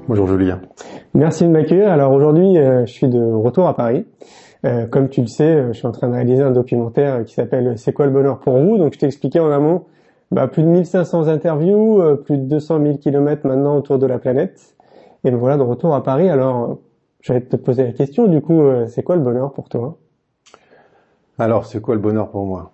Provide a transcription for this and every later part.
Bonjour Julien. Merci de m'accueillir. Alors aujourd'hui, je suis de retour à Paris. Comme tu le sais, je suis en train de réaliser un documentaire qui s'appelle C'est quoi le bonheur pour vous? Donc je t'ai expliqué en amont plus de 1500 interviews, plus de 200 000 kilomètres maintenant autour de la planète. Et me voilà de retour à Paris. Alors, j'allais te poser la question, du coup, c'est quoi le bonheur pour toi? Alors, c'est quoi le bonheur pour moi?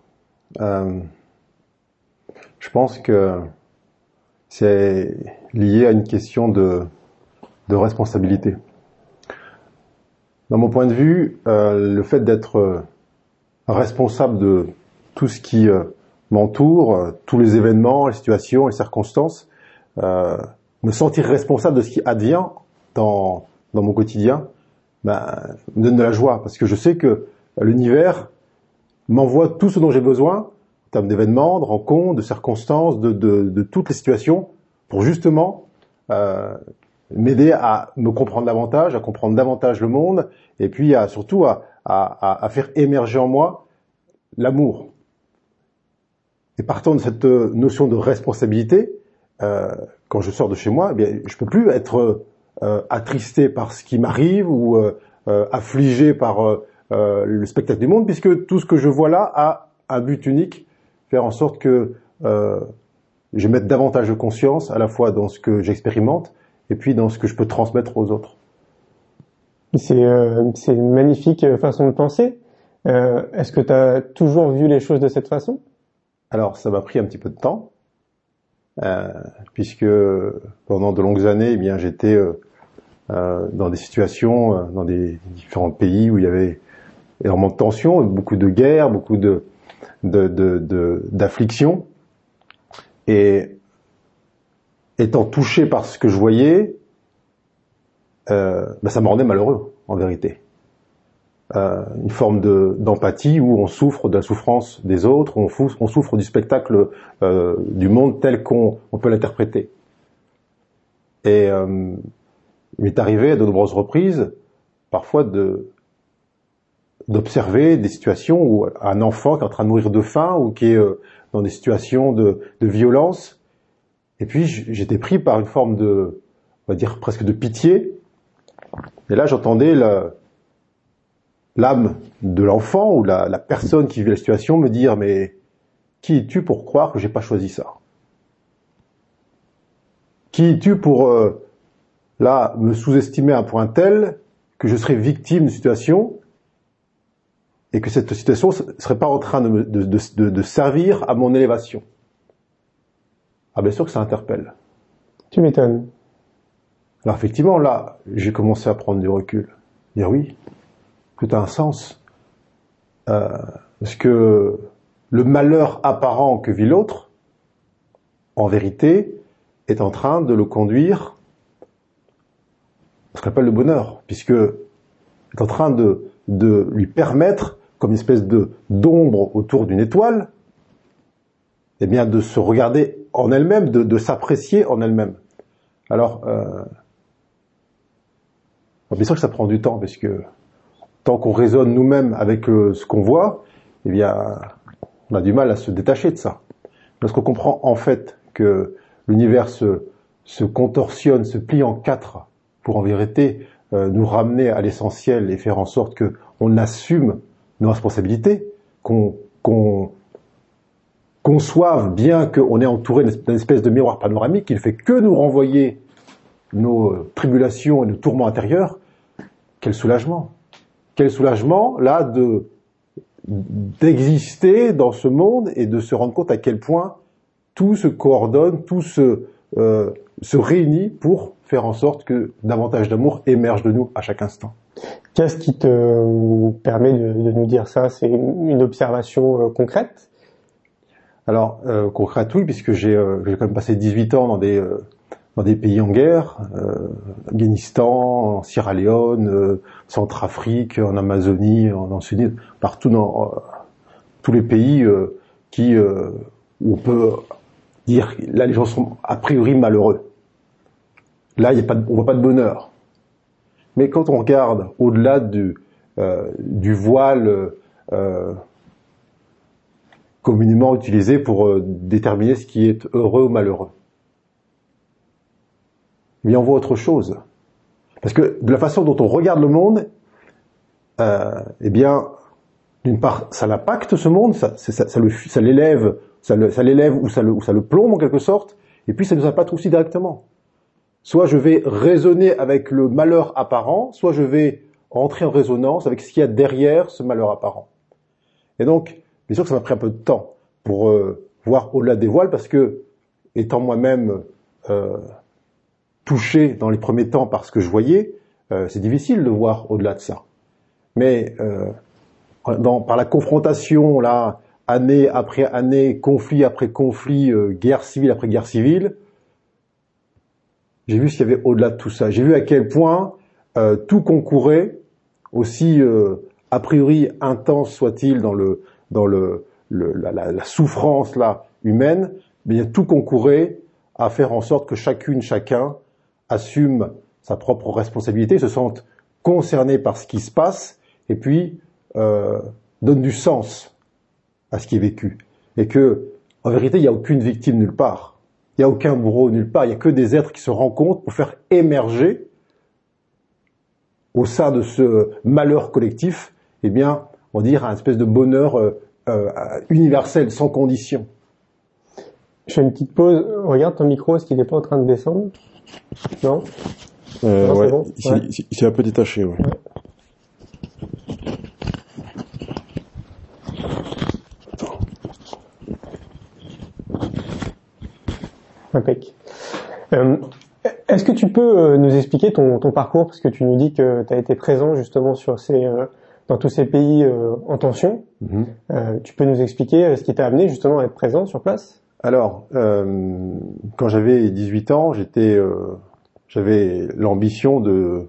Je pense que c'est lié à une question de responsabilité. Dans mon point de vue, le fait d'être responsable de tout ce qui m'entoure, tous les événements, les situations, les circonstances, me sentir responsable de ce qui advient dans mon quotidien, me donne de la joie, parce que je sais que l'univers m'envoie tout ce dont j'ai besoin, en termes d'événements, de rencontres, de circonstances, de toutes les situations, pour justement m'aider à me comprendre davantage, à comprendre davantage le monde, et puis surtout à faire émerger en moi l'amour. Et partant de cette notion de responsabilité, quand je sors de chez moi, eh bien, je peux plus être attristé par ce qui m'arrive ou affligé par le spectacle du monde, puisque tout ce que je vois là a un but unique, faire en sorte que je mette davantage de conscience à la fois dans ce que j'expérimente et puis dans ce que je peux transmettre aux autres. C'est une magnifique façon de penser. Est-ce que tu as toujours vu les choses de cette façon? Alors, ça m'a pris un petit peu de temps, puisque pendant de longues années, eh bien, j'étais dans des situations, dans des différents pays où il y avait énormément de tensions, beaucoup de guerres, beaucoup d'afflictions. Et étant touché par ce que je voyais, ça me rendait malheureux, en vérité. Une forme d'empathie où on souffre de la souffrance des autres, on souffre du spectacle du monde tel qu'on peut l'interpréter. Et il m'est arrivé à de nombreuses reprises, parfois d'observer des situations où un enfant qui est en train de mourir de faim ou qui est dans des situations de violence, et puis j'étais pris par une forme on va dire presque de pitié, et là j'entendais l'âme de l'enfant ou la personne qui vit la situation me dire « Mais qui es-tu pour croire que j'ai pas choisi ça? Qui es-tu pour me sous-estimer à un point tel que je serais victime d'une situation et que cette situation serait pas en train de servir à mon élévation ?» Ah, bien sûr que ça interpelle. Tu m'étonnes. Alors effectivement, là, j'ai commencé à prendre du recul. Dire oui, tout a un sens. Parce que le malheur apparent que vit l'autre, en vérité, est en train de le conduire à ce qu'on appelle le bonheur, puisque est en train de lui permettre, comme une espèce d'ombre autour d'une étoile, eh bien, de se regarder en elle-même, de s'apprécier en elle-même. Alors, bien sûr que ça prend du temps, parce que tant qu'on raisonne nous-mêmes avec ce qu'on voit, eh bien, on a du mal à se détacher de ça. Lorsqu'on comprend en fait que l'univers se contorsionne, se plie en quatre pour en vérité nous ramener à l'essentiel et faire en sorte que on assume nos responsabilités, qu'on conçoive bien qu'on est entouré d'une espèce de miroir panoramique qui ne fait que nous renvoyer nos tribulations et nos tourments intérieurs. Quel soulagement! Quel soulagement, là, d'exister dans ce monde et de se rendre compte à quel point tout se coordonne, tout se réunit pour faire en sorte que davantage d'amour émerge de nous à chaque instant. Qu'est-ce qui te permet de nous dire ça? C'est une observation concrète? Alors, concrète, oui, puisque j'ai quand même passé 18 ans dans des pays en guerre, Afghanistan, Sierra Leone, Centrafrique, en Amazonie, dans le Sud, partout dans tous les pays où on peut dire là les gens sont a priori malheureux. Là, on voit pas de bonheur. Mais quand on regarde au-delà du voile communément utilisé pour déterminer ce qui est heureux ou malheureux, eh bien on voit autre chose. Parce que de la façon dont on regarde le monde, eh bien, d'une part, ça l'impacte ce monde, ça l'élève, ça l'élève ou ça le plombe en quelque sorte, et puis ça nous impacte aussi directement. Soit je vais raisonner avec le malheur apparent, soit je vais entrer en résonance avec ce qu'il y a derrière ce malheur apparent. Et donc, bien sûr que ça m'a pris un peu de temps pour voir au-delà des voiles, parce que, étant moi-même touché dans les premiers temps par ce que je voyais, c'est difficile de voir au-delà de ça. Mais par la confrontation, là, année après année, conflit après conflit, guerre civile après guerre civile, j'ai vu ce qu'il y avait au-delà de tout ça. J'ai vu à quel point tout concourait, aussi a priori intense soit-il dans la souffrance là humaine, mais tout concourait à faire en sorte que chacun assume sa propre responsabilité, se sente concerné par ce qui se passe, et puis donne du sens à ce qui est vécu. Et que, en vérité, il n'y a aucune victime nulle part. Il n'y a aucun bourreau nulle part. Il n'y a que des êtres qui se rencontrent pour faire émerger, au sein de ce malheur collectif, eh bien, on va dire, un espèce de bonheur universel, sans condition. Je fais une petite pause. Regarde ton micro, est-ce qu'il n'est pas en train de descendre? Non? Non, ouais. c'est bon. Il s'est un peu détaché, ouais. Impec. Est-ce que tu peux nous expliquer ton parcours, parce que tu nous dis que tu as été présent justement dans tous ces pays en tension. Tu peux nous expliquer ce qui t'a amené justement à être présent sur place? Alors, quand j'avais 18 ans, j'avais l'ambition de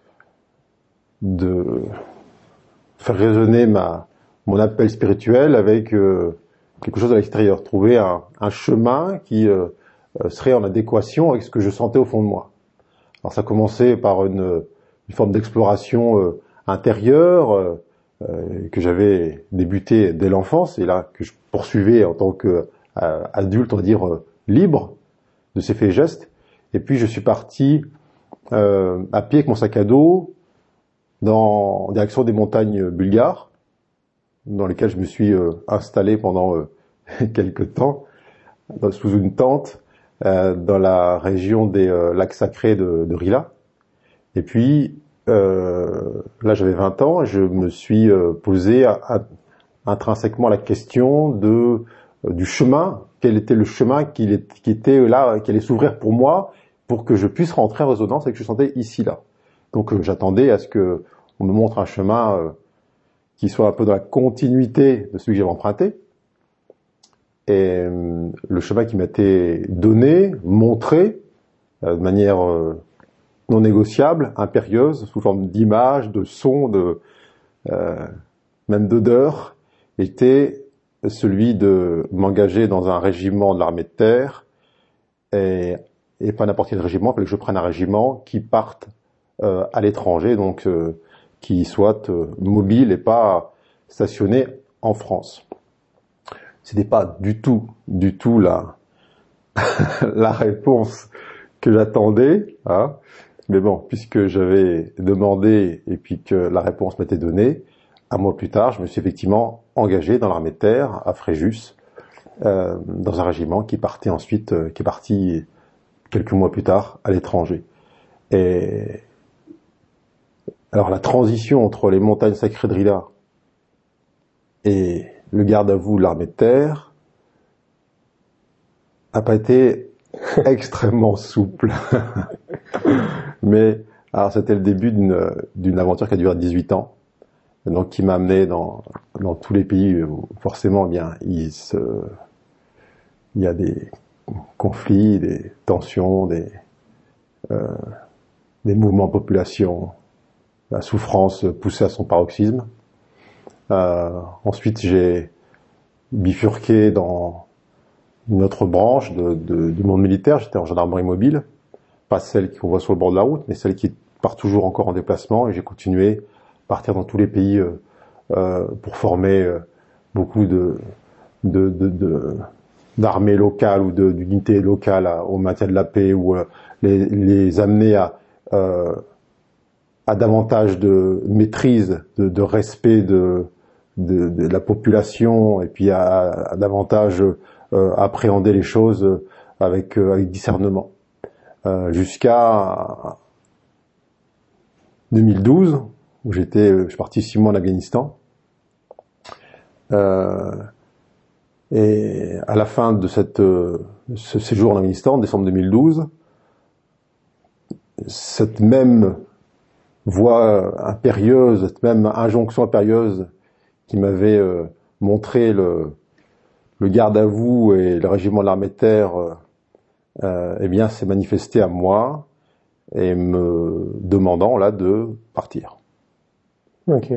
faire résonner mon appel spirituel avec quelque chose à l'extérieur, trouver un chemin qui serait en adéquation avec ce que je sentais au fond de moi. Alors ça commençait par une forme d'exploration intérieure que j'avais débuté dès l'enfance et là que je poursuivais en tant qu'adulte, on va dire libre de ces faits et gestes. Et puis je suis parti à pied avec mon sac à dos en direction des montagnes bulgares, dans lesquelles je me suis installé pendant quelques temps sous une tente dans la région des lacs sacrés de Rila. Et puis, là j'avais 20 ans, et je me suis posé intrinsèquement la question du chemin, quel était le chemin qui était là, qui allait s'ouvrir pour moi, pour que je puisse rentrer en résonance avec ce que je sentais ici, là. Donc j'attendais à ce que on me montre un chemin qui soit un peu dans la continuité de celui que j'avais emprunté. Et le chemin qui m'a été donné, montré, de manière non négociable, impérieuse, sous forme d'images, de sons, même d'odeurs, était celui de m'engager dans un régiment de l'armée de terre, et pas n'importe quel régiment, il fallait que je prenne un régiment qui parte à l'étranger, donc qui soit mobile et pas stationné en France. C'était pas du tout la réponse que j'attendais, hein. Mais bon, puisque j'avais demandé et puis que la réponse m'était donnée, un mois plus tard, je me suis effectivement engagé dans l'armée de terre à Fréjus, dans un régiment qui est parti quelques mois plus tard à l'étranger. Et alors la transition entre les montagnes sacrées de Rila et le garde à vous de l'armée de terre n'a pas été extrêmement souple. Mais alors c'était le début d'une aventure qui a duré 18 ans, donc qui m'a amené dans tous les pays où forcément bien il y a des conflits, des tensions, des mouvements de population, la souffrance poussée à son paroxysme. Ensuite, j'ai bifurqué dans une autre branche du monde militaire. J'étais en gendarmerie mobile, pas celle qu'on voit sur le bord de la route, mais celle qui part toujours encore en déplacement. Et j'ai continué à partir dans tous les pays pour former beaucoup de d'armée locale ou d'unité locale au maintien de la paix, ou les amener à davantage de maîtrise, de respect de la population, et puis à davantage appréhender les choses avec discernement. Jusqu'à 2012, où je suis parti 6 mois en Afghanistan. Et à la fin de ce séjour en Afghanistan, en décembre 2012, cette même voix impérieuse, cette même injonction impérieuse qui m'avait montré le garde à vous et le régiment de l'armée de terre, eh bien, s'est manifesté à moi et me demandant là de partir. Ok.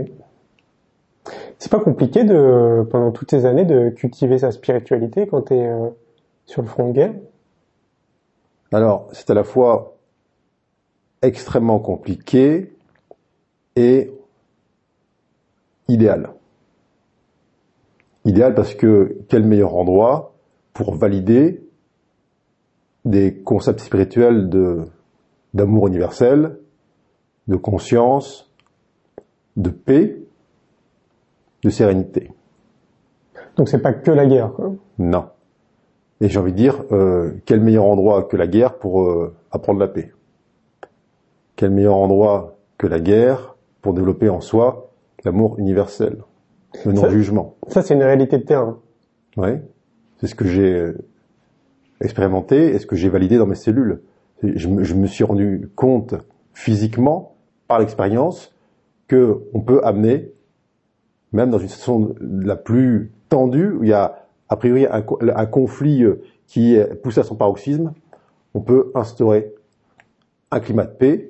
C'est pas compliqué pendant toutes ces années de cultiver sa spiritualité quand t'es sur le front de guerre? Alors, c'est à la fois extrêmement compliqué et idéal. Idéal parce que quel meilleur endroit pour valider des concepts spirituels d'amour universel, de conscience, de paix, de sérénité. Donc c'est pas que la guerre, quoi. Non. Et j'ai envie de dire, quel meilleur endroit que la guerre pour apprendre la paix? Quel meilleur endroit que la guerre pour développer en soi l'amour universel, le non-jugement? Ça, c'est une réalité de terrain. Oui. C'est ce que j'ai expérimenté et ce que j'ai validé dans mes cellules. Je me suis rendu compte physiquement, par l'expérience, que on peut amener, même dans une situation la plus tendue, où il y a a priori un conflit qui est poussé à son paroxysme, on peut instaurer un climat de paix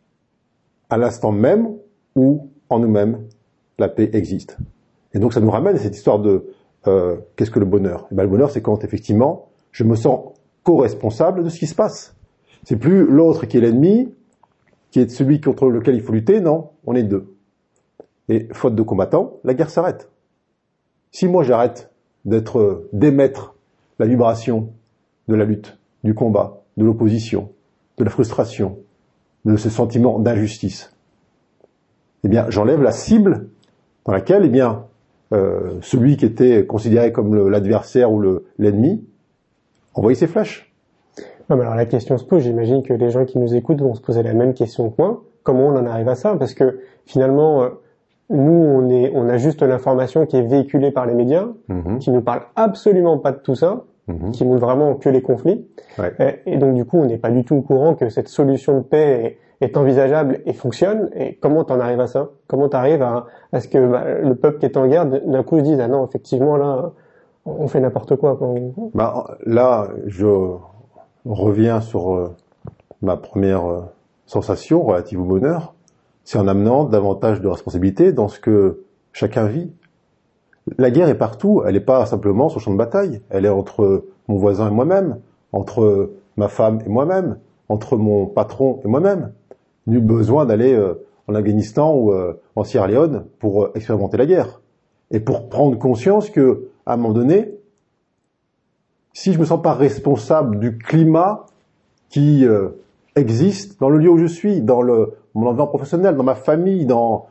à l'instant même où, en nous-mêmes, la paix existe. Et donc ça nous ramène à cette histoire de qu'est-ce que le bonheur? Et ben, le bonheur, c'est quand effectivement je me sens co-responsable de ce qui se passe. C'est plus l'autre qui est l'ennemi, qui est celui contre lequel il faut lutter, non, on est deux. Et faute de combattants, la guerre s'arrête. Si moi j'arrête d'émettre la vibration de la lutte, du combat, de l'opposition, de la frustration, de ce sentiment d'injustice, eh bien j'enlève la cible dans laquelle, eh bien, celui qui était considéré comme l'adversaire ou l'ennemi envoyait ses flèches. Non, mais alors la question se pose, j'imagine que les gens qui nous écoutent vont se poser la même question que moi. Comment on en arrive à ça? Parce que finalement, nous, on a juste l'information qui est véhiculée par les médias, qui nous parle absolument pas de tout ça, qui montre vraiment que les conflits. Ouais. Et donc du coup, on n'est pas du tout au courant que cette solution de paix est envisageable et fonctionne. Et comment t'en arrives à ça? Comment t'arrives à ce que le peuple qui est en guerre, d'un coup, se dise ah non, effectivement là, on fait n'importe quoi. Là, je reviens sur ma première sensation relative au bonheur. C'est en amenant davantage de responsabilité dans ce que chacun vit. La guerre est partout, elle n'est pas simplement sur le champ de bataille, elle est entre mon voisin et moi-même, entre ma femme et moi-même, entre mon patron et moi-même. Nul besoin d'aller en Afghanistan ou en Sierra Leone pour expérimenter la guerre. Et pour prendre conscience que, à un moment donné, si je me sens pas responsable du climat qui existe dans le lieu où je suis, dans mon environnement professionnel, dans ma famille, dans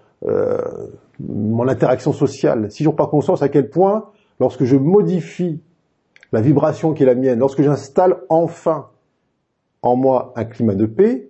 mon interaction sociale, si je n'ai pas conscience à quel point, lorsque je modifie la vibration qui est la mienne, lorsque j'installe enfin en moi un climat de paix,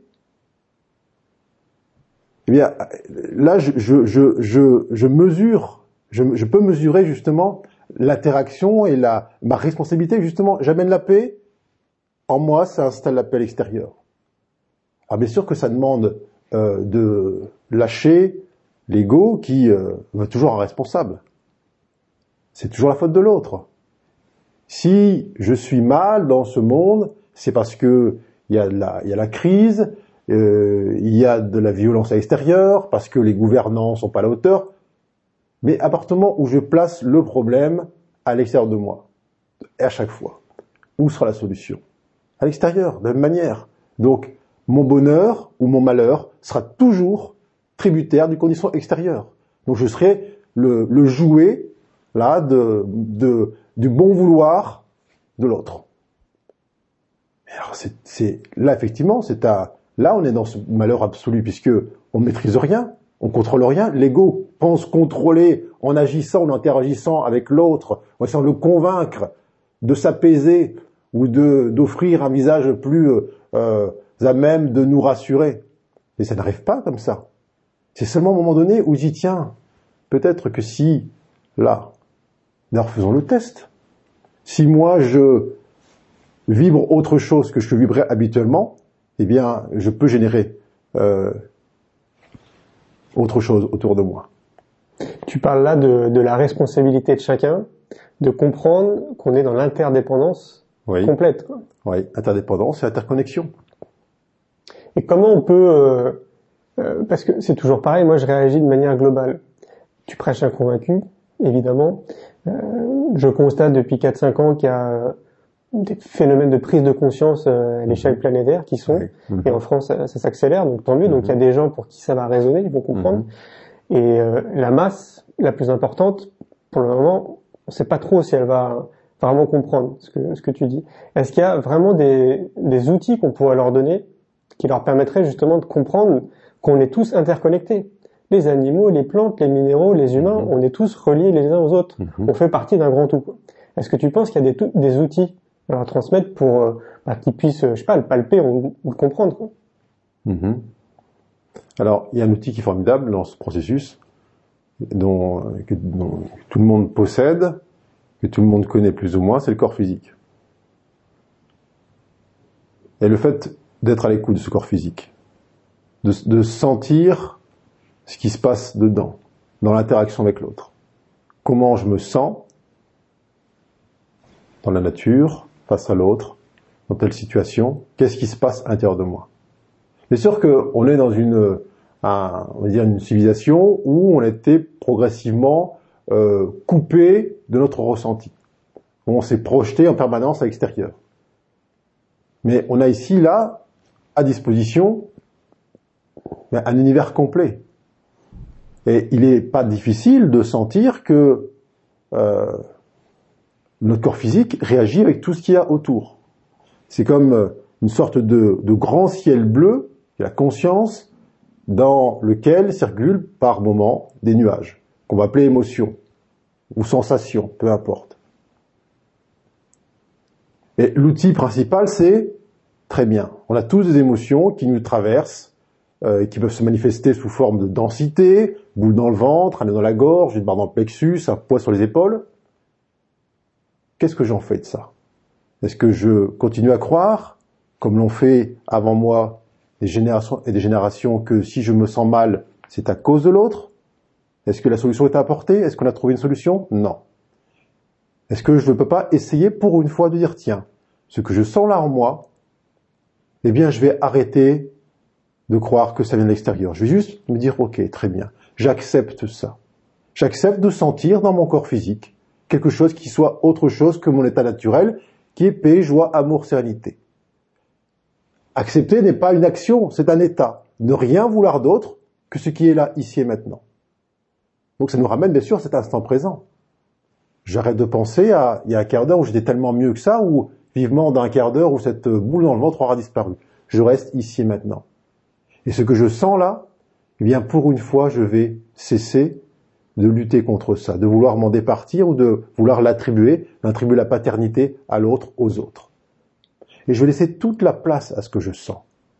eh bien, là, je mesure, je peux mesurer justement l'interaction et ma responsabilité, justement. J'amène la paix, en moi, ça installe la paix à l'extérieur. Alors bien sûr que ça demande de lâcher l'ego qui veut toujours un responsable. C'est toujours la faute de l'autre. Si je suis mal dans ce monde, c'est parce que il y a la crise, il y a de la violence à l'extérieur, parce que les gouvernants sont pas à la hauteur. Mais à partir du moment où je place le problème à l'extérieur de moi, et à chaque fois, où sera la solution? À l'extérieur, de la même manière. Donc, mon bonheur ou mon malheur sera toujours tributaire d'une condition extérieure. Donc, je serai le jouet là du bon vouloir de l'autre. Alors là effectivement, là on est dans ce malheur absolu puisque on ne maîtrise rien, on contrôle rien. L'ego pense contrôler en agissant ou en interagissant avec l'autre, en essayant de le convaincre de s'apaiser ou d'offrir un visage plus à même de nous rassurer. Mais ça n'arrive pas comme ça. C'est seulement à un moment donné où j'y tiens. Peut-être que si, là, d'ailleurs faisons le test. Si moi je vibre autre chose que je vibrais habituellement, eh bien je peux générer autre chose autour de moi. Tu parles là de la responsabilité de chacun, de comprendre qu'on est dans l'interdépendance complète. Quoi. Oui, interdépendance et interconnexion. Et comment on peut... parce que c'est toujours pareil, moi je réagis de manière globale. Tu prêches un convaincu, évidemment. Je constate depuis 4-5 ans qu'il y a des phénomènes de prise de conscience à l'échelle planétaire qui sont, et en France ça s'accélère, donc tant mieux. Donc il y a des gens pour qui ça va résonner, ils vont comprendre. Et la masse la plus importante, pour le moment, on ne sait pas trop si elle va vraiment comprendre ce que tu dis. Est-ce qu'il y a vraiment des outils qu'on pourrait leur donner qui leur permettraient justement de comprendre qu'on est tous interconnectés? Les animaux, les plantes, les minéraux, les humains, on est tous reliés les uns aux autres. On fait partie d'un grand tout. Quoi. Est-ce que tu penses qu'il y a des outils à leur transmettre pour qu'ils puissent, je sais pas, le palper ou le comprendre quoi. Alors, il y a un outil qui est formidable dans ce processus, dont tout le monde possède, que tout le monde connaît plus ou moins, c'est le corps physique. Et le fait d'être à l'écoute de ce corps physique, de sentir ce qui se passe dedans, dans l'interaction avec l'autre. Comment je me sens dans la nature, face à l'autre, dans telle situation, qu'est-ce qui se passe à l'intérieur de moi. C'est sûr qu'on est dans on va dire une civilisation où on a été progressivement coupé de notre ressenti. On s'est projeté en permanence à l'extérieur. Mais on a ici, là, à disposition, un univers complet. Et il n'est pas difficile de sentir que notre corps physique réagit avec tout ce qu'il y a autour. C'est comme une sorte de grand ciel bleu, la conscience, dans lequel circulent par moments des nuages, qu'on va appeler émotions, ou sensations, peu importe. Et l'outil principal, c'est, très bien, on a tous des émotions qui nous traversent, qui peuvent se manifester sous forme de densité, boule dans le ventre, un nœud dans la gorge, une barre dans le plexus, un poids sur les épaules. Qu'est-ce que j'en fais de ça? Est-ce que je continue à croire, comme l'ont fait avant moi des générations et des générations, que si je me sens mal, c'est à cause de l'autre? Est-ce que la solution est apportée? Est-ce qu'on a trouvé une solution? Non. Est-ce que je ne peux pas essayer pour une fois de dire, tiens, ce que je sens là en moi, eh bien je vais arrêter de croire que ça vient de l'extérieur. Je vais juste me dire, ok, très bien, j'accepte ça. J'accepte de sentir dans mon corps physique quelque chose qui soit autre chose que mon état naturel, qui est paix, joie, amour, sérénité. Accepter n'est pas une action, c'est un état. Ne rien vouloir d'autre que ce qui est là, ici et maintenant. Donc ça nous ramène bien sûr à cet instant présent. J'arrête de penser à il y a un quart d'heure où j'étais tellement mieux que ça, ou vivement d'un quart d'heure où cette boule dans le ventre aura disparu. Je reste ici et maintenant. Et ce que je sens là, eh bien pour une fois je vais cesser de lutter contre ça, de vouloir m'en départir ou de vouloir d'attribuer la paternité à l'autre, aux autres. Et je vais laisser toute la place à ce que je sens.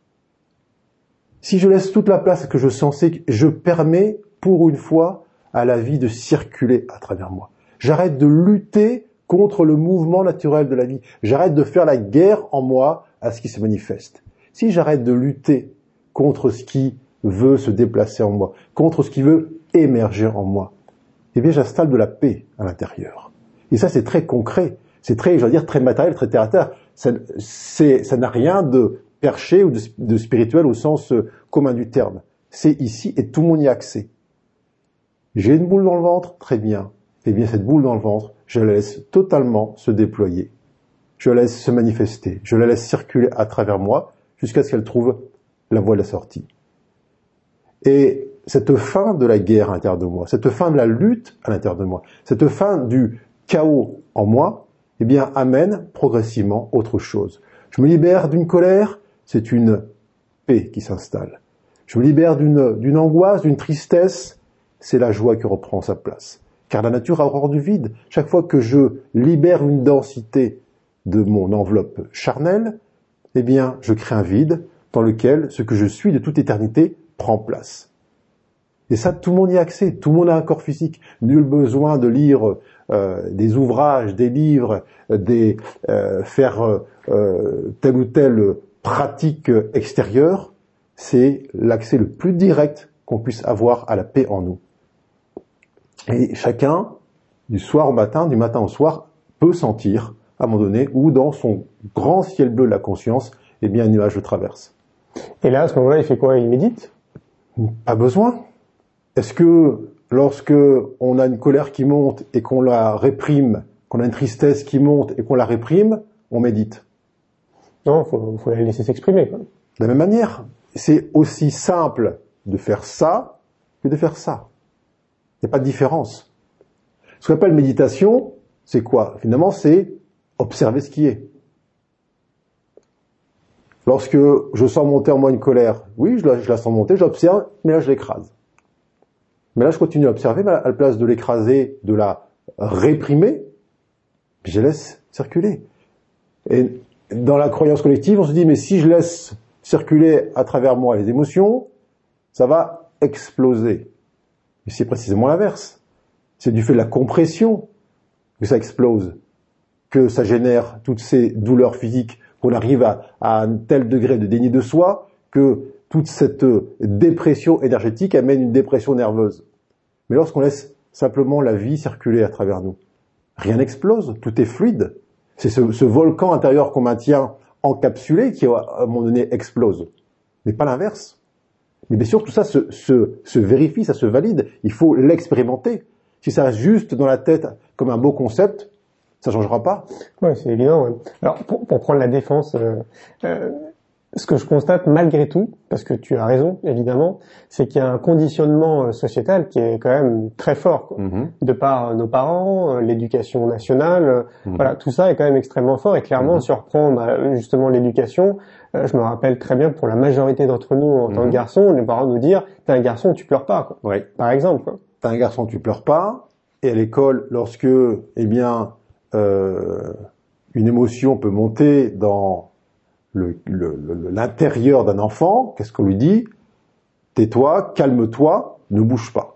Si je laisse toute la place à ce que je sens, c'est que je permets pour une fois à la vie de circuler à travers moi. J'arrête de lutter contre le mouvement naturel de la vie. J'arrête de faire la guerre en moi à ce qui se manifeste. Si j'arrête de lutter contre ce qui veut se déplacer en moi, contre ce qui veut émerger en moi, eh bien j'installe de la paix à l'intérieur. Et ça c'est très concret, c'est très, je veux dire, très matériel, très terre à terre. Ça n'a rien de perché ou de spirituel au sens commun du terme. C'est ici et tout le monde y a accès. J'ai une boule dans le ventre, très bien. Eh bien cette boule dans le ventre, je la laisse totalement se déployer. Je la laisse se manifester, je la laisse circuler à travers moi jusqu'à ce qu'elle trouve la voie de la sortie. Et cette fin de la guerre à l'intérieur de moi, cette fin de la lutte à l'intérieur de moi, cette fin du chaos en moi, eh bien, amène progressivement autre chose. Je me libère d'une colère, c'est une paix qui s'installe. Je me libère d'une angoisse, d'une tristesse, c'est la joie qui reprend sa place. Car la nature a horreur du vide. Chaque fois que je libère une densité de mon enveloppe charnelle, eh bien, je crée un vide dans lequel ce que je suis de toute éternité prend place. Et ça, tout le monde y a accès. Tout le monde a un corps physique. Nul besoin de lire des ouvrages, des livres, faire telle ou telle pratique extérieure. C'est l'accès le plus direct qu'on puisse avoir à la paix en nous. Et chacun, du soir au matin, du matin au soir, peut sentir, à un moment donné, où dans son grand ciel bleu de la conscience, eh bien, un nuage le traverse. Et là, à ce moment-là, il fait quoi? Il médite? Pas besoin. Est-ce que lorsque on a une colère qui monte et qu'on la réprime, qu'on a une tristesse qui monte et qu'on la réprime, on médite? Non, faut la laisser s'exprimer, quoi. De la même manière, c'est aussi simple de faire ça que de faire ça. Il n'y a pas de différence. Ce qu'on appelle méditation, c'est quoi? Finalement, c'est observer ce qui est. Lorsque je sens monter en moi une colère, oui, je la sens monter, j'observe, mais là, je l'écrase. Mais là, je continue à observer, mais à la place de l'écraser, de la réprimer, puis je laisse circuler. Et dans la croyance collective, on se dit, mais si je laisse circuler à travers moi les émotions, ça va exploser. Mais c'est précisément l'inverse. C'est du fait de la compression que ça explose, que ça génère toutes ces douleurs physiques, qu'on arrive à un tel degré de déni de soi, que toute cette dépression énergétique amène une dépression nerveuse. Mais lorsqu'on laisse simplement la vie circuler à travers nous, rien n'explose, tout est fluide. C'est ce volcan intérieur qu'on maintient encapsulé qui, à un moment donné, explose. Mais pas l'inverse. Mais bien sûr, tout ça se vérifie, ça se valide. Il faut l'expérimenter. Si ça reste juste dans la tête comme un beau concept, ça ne changera pas. Ouais, c'est évident. Ouais. Alors, pour prendre la défense, ce que je constate malgré tout, parce que tu as raison, évidemment, c'est qu'il y a un conditionnement sociétal qui est quand même très fort, quoi. De par nos parents, l'éducation nationale, voilà, tout ça est quand même extrêmement fort. Et clairement, si on reprend justement l'éducation, je me rappelle très bien pour la majorité d'entre nous en tant que garçons, les parents nous dire t'es un garçon, tu pleures pas, quoi. Oui. Par exemple, quoi. T'es un garçon, tu pleures pas. Et à l'école, lorsque, eh bien, une émotion peut monter dans l'intérieur d'un enfant, qu'est-ce qu'on lui dit? Tais-toi, calme-toi, ne bouge pas.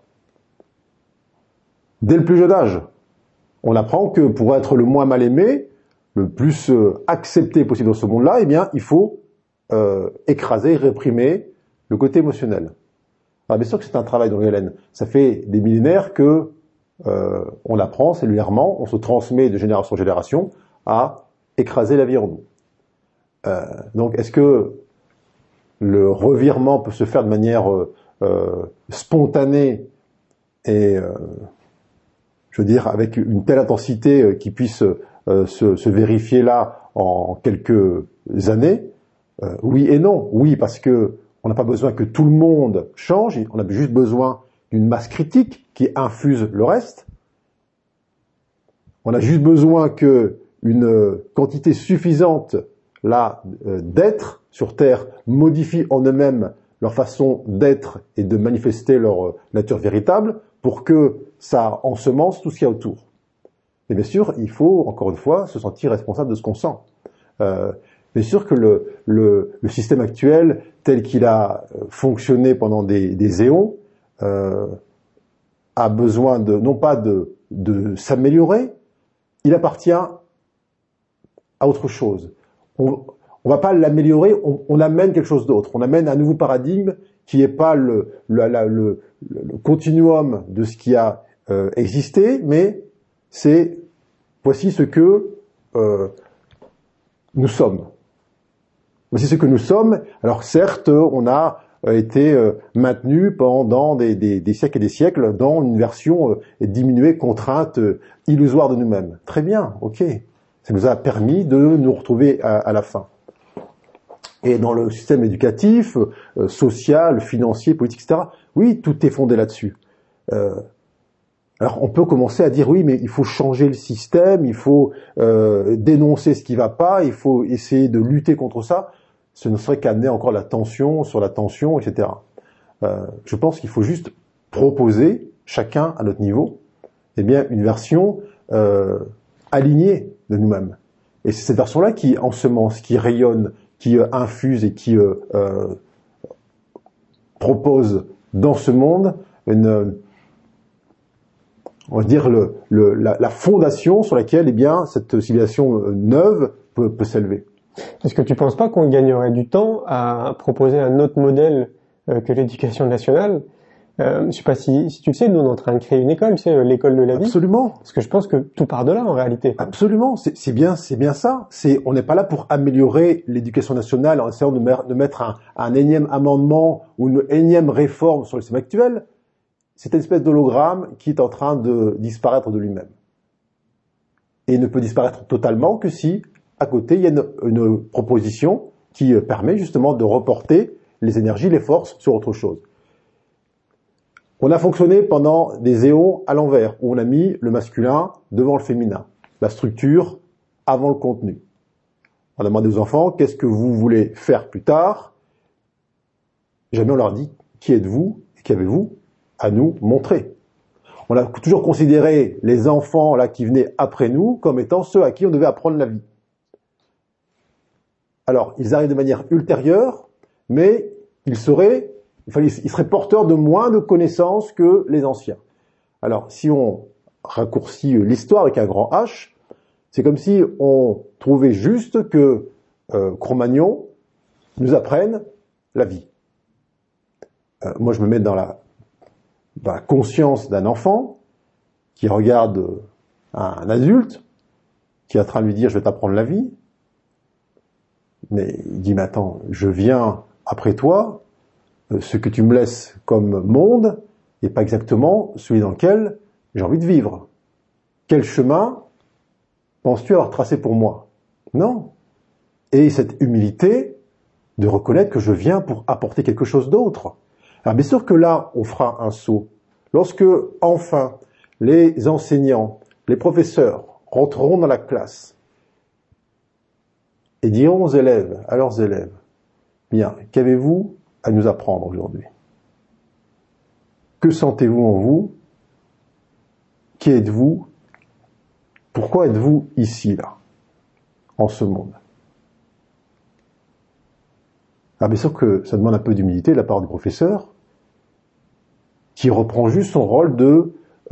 Dès le plus jeune âge, on apprend que pour être le moins mal aimé, le plus accepté possible dans ce monde-là, eh bien, il faut écraser, réprimer le côté émotionnel. Alors bien sûr que c'est un travail dans Hélène. Ça fait des millénaires que on l'apprend cellulairement, on se transmet de génération en génération à écraser la vie en nous. Donc, est-ce que le revirement peut se faire de manière spontanée et, je veux dire, avec une telle intensité qui puisse se vérifier là en quelques années? Oui et non. Oui, parce que on n'a pas besoin que tout le monde change, on a juste besoin d'une masse critique qui infuse le reste. On a juste besoin qu'une quantité suffisante là d'être sur Terre modifie en eux-mêmes leur façon d'être et de manifester leur nature véritable pour que ça ensemence tout ce qu'il y a autour. Et bien sûr, il faut, encore une fois, se sentir responsable de ce qu'on sent. Bien sûr que le système actuel, tel qu'il a fonctionné pendant des éons, a besoin non pas de s'améliorer, il appartient à autre chose. On va pas l'améliorer, on amène quelque chose d'autre. On amène un nouveau paradigme qui n'est pas le continuum de ce qui a existé, mais c'est voici ce que nous sommes. Voici ce que nous sommes. Alors certes, on a été maintenu pendant des siècles et des siècles dans une version diminuée, contrainte, illusoire de nous-mêmes. Très bien, ok. Ça nous a permis de nous retrouver à la fin. Et dans le système éducatif, social, financier, politique, etc., oui, tout est fondé là-dessus. Alors on peut commencer à dire oui, mais il faut changer le système, il faut dénoncer ce qui va pas, il faut essayer de lutter contre ça. Ce ne serait qu'amener encore la tension sur la tension, etc. Je pense qu'il faut juste proposer, chacun à notre niveau, eh bien une version alignée de nous-mêmes. Et c'est cette version-là qui ensemence, qui rayonne, qui infuse et qui propose dans ce monde on va dire la fondation sur laquelle eh bien cette civilisation neuve peut s'élever. Est-ce que tu penses pas qu'on gagnerait du temps à proposer un autre modèle que l'éducation nationale? Je sais pas si tu le sais, nous on est en train de créer une école, tu sais, l'école de la vie. Absolument. Parce que je pense que tout part de là en réalité. Absolument, c'est bien ça. On n'est pas là pour améliorer l'éducation nationale en essayant de mettre un énième amendement ou une énième réforme sur le système actuel. C'est une espèce d'hologramme qui est en train de disparaître de lui-même. Et il ne peut disparaître totalement que si, à côté, il y a une proposition qui permet justement de reporter les énergies, les forces sur autre chose. On a fonctionné pendant des éons à l'envers, où on a mis le masculin devant le féminin, la structure avant le contenu. On a demandé aux enfants, qu'est-ce que vous voulez faire plus tard? Jamais on leur dit, qui êtes-vous et qu'avez-vous à nous montrer? On a toujours considéré les enfants là qui venaient après nous comme étant ceux à qui on devait apprendre la vie. Alors, ils arrivent de manière ultérieure, mais ils seraient porteurs de moins de connaissances que les anciens. Alors, si on raccourcit l'histoire avec un grand H, c'est comme si on trouvait juste que Cro-Magnon nous apprenne la vie. Moi, je me mets dans la conscience d'un enfant qui regarde un adulte qui est en train de lui dire « je vais t'apprendre la vie ». Mais il dit « mais attends, je viens après toi, ce que tu me laisses comme monde n'est pas exactement celui dans lequel j'ai envie de vivre. Quel chemin penses-tu avoir tracé pour moi ?» Non. Et cette humilité de reconnaître que je viens pour apporter quelque chose d'autre. Alors bien sûr que là, on fera un saut. Lorsque, enfin, les enseignants, les professeurs rentreront dans la classe et diront aux élèves, à leurs élèves, bien, qu'avez-vous à nous apprendre aujourd'hui? Que sentez-vous en vous? Qui êtes-vous? Pourquoi êtes-vous ici, là, en ce monde? Alors bien sûr que ça demande un peu d'humilité de la part du professeur, qui reprend juste son rôle de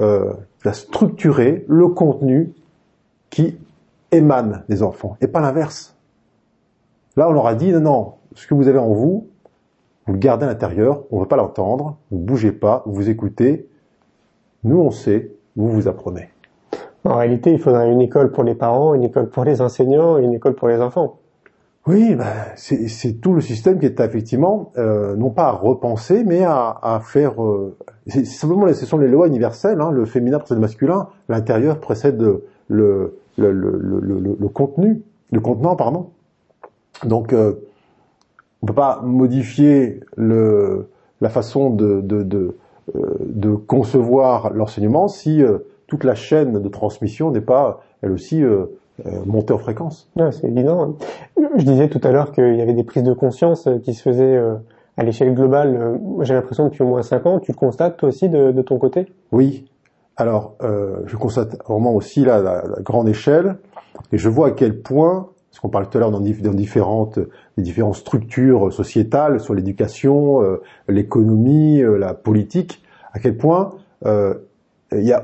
structurer le contenu qui émane des enfants, et pas l'inverse. Là, on leur a dit, non, ce que vous avez en vous, vous le gardez à l'intérieur, on ne veut pas l'entendre, vous ne bougez pas, vous écoutez, nous on sait, vous apprenez. En réalité, il faudrait une école pour les parents, une école pour les enseignants et une école pour les enfants. Oui, c'est tout le système qui est effectivement, non pas à repenser, mais à faire... c'est simplement, ce sont les lois universelles, hein, le féminin précède le masculin, l'intérieur précède le contenu, le contenant, pardon. Donc, on peut pas modifier la façon de concevoir l'enseignement si toute la chaîne de transmission n'est pas, elle aussi, montée en fréquence. Ouais, c'est évident. Je disais tout à l'heure qu'il y avait des prises de conscience qui se faisaient à l'échelle globale. Moi, j'ai l'impression que depuis au moins 5 ans, tu le constates toi aussi de ton côté? Oui. Alors, je constate vraiment aussi là, la grande échelle, et je vois à quel point, parce qu'on parle tout à l'heure dans différentes structures sociétales, sur l'éducation, l'économie, la politique, à quel point il y a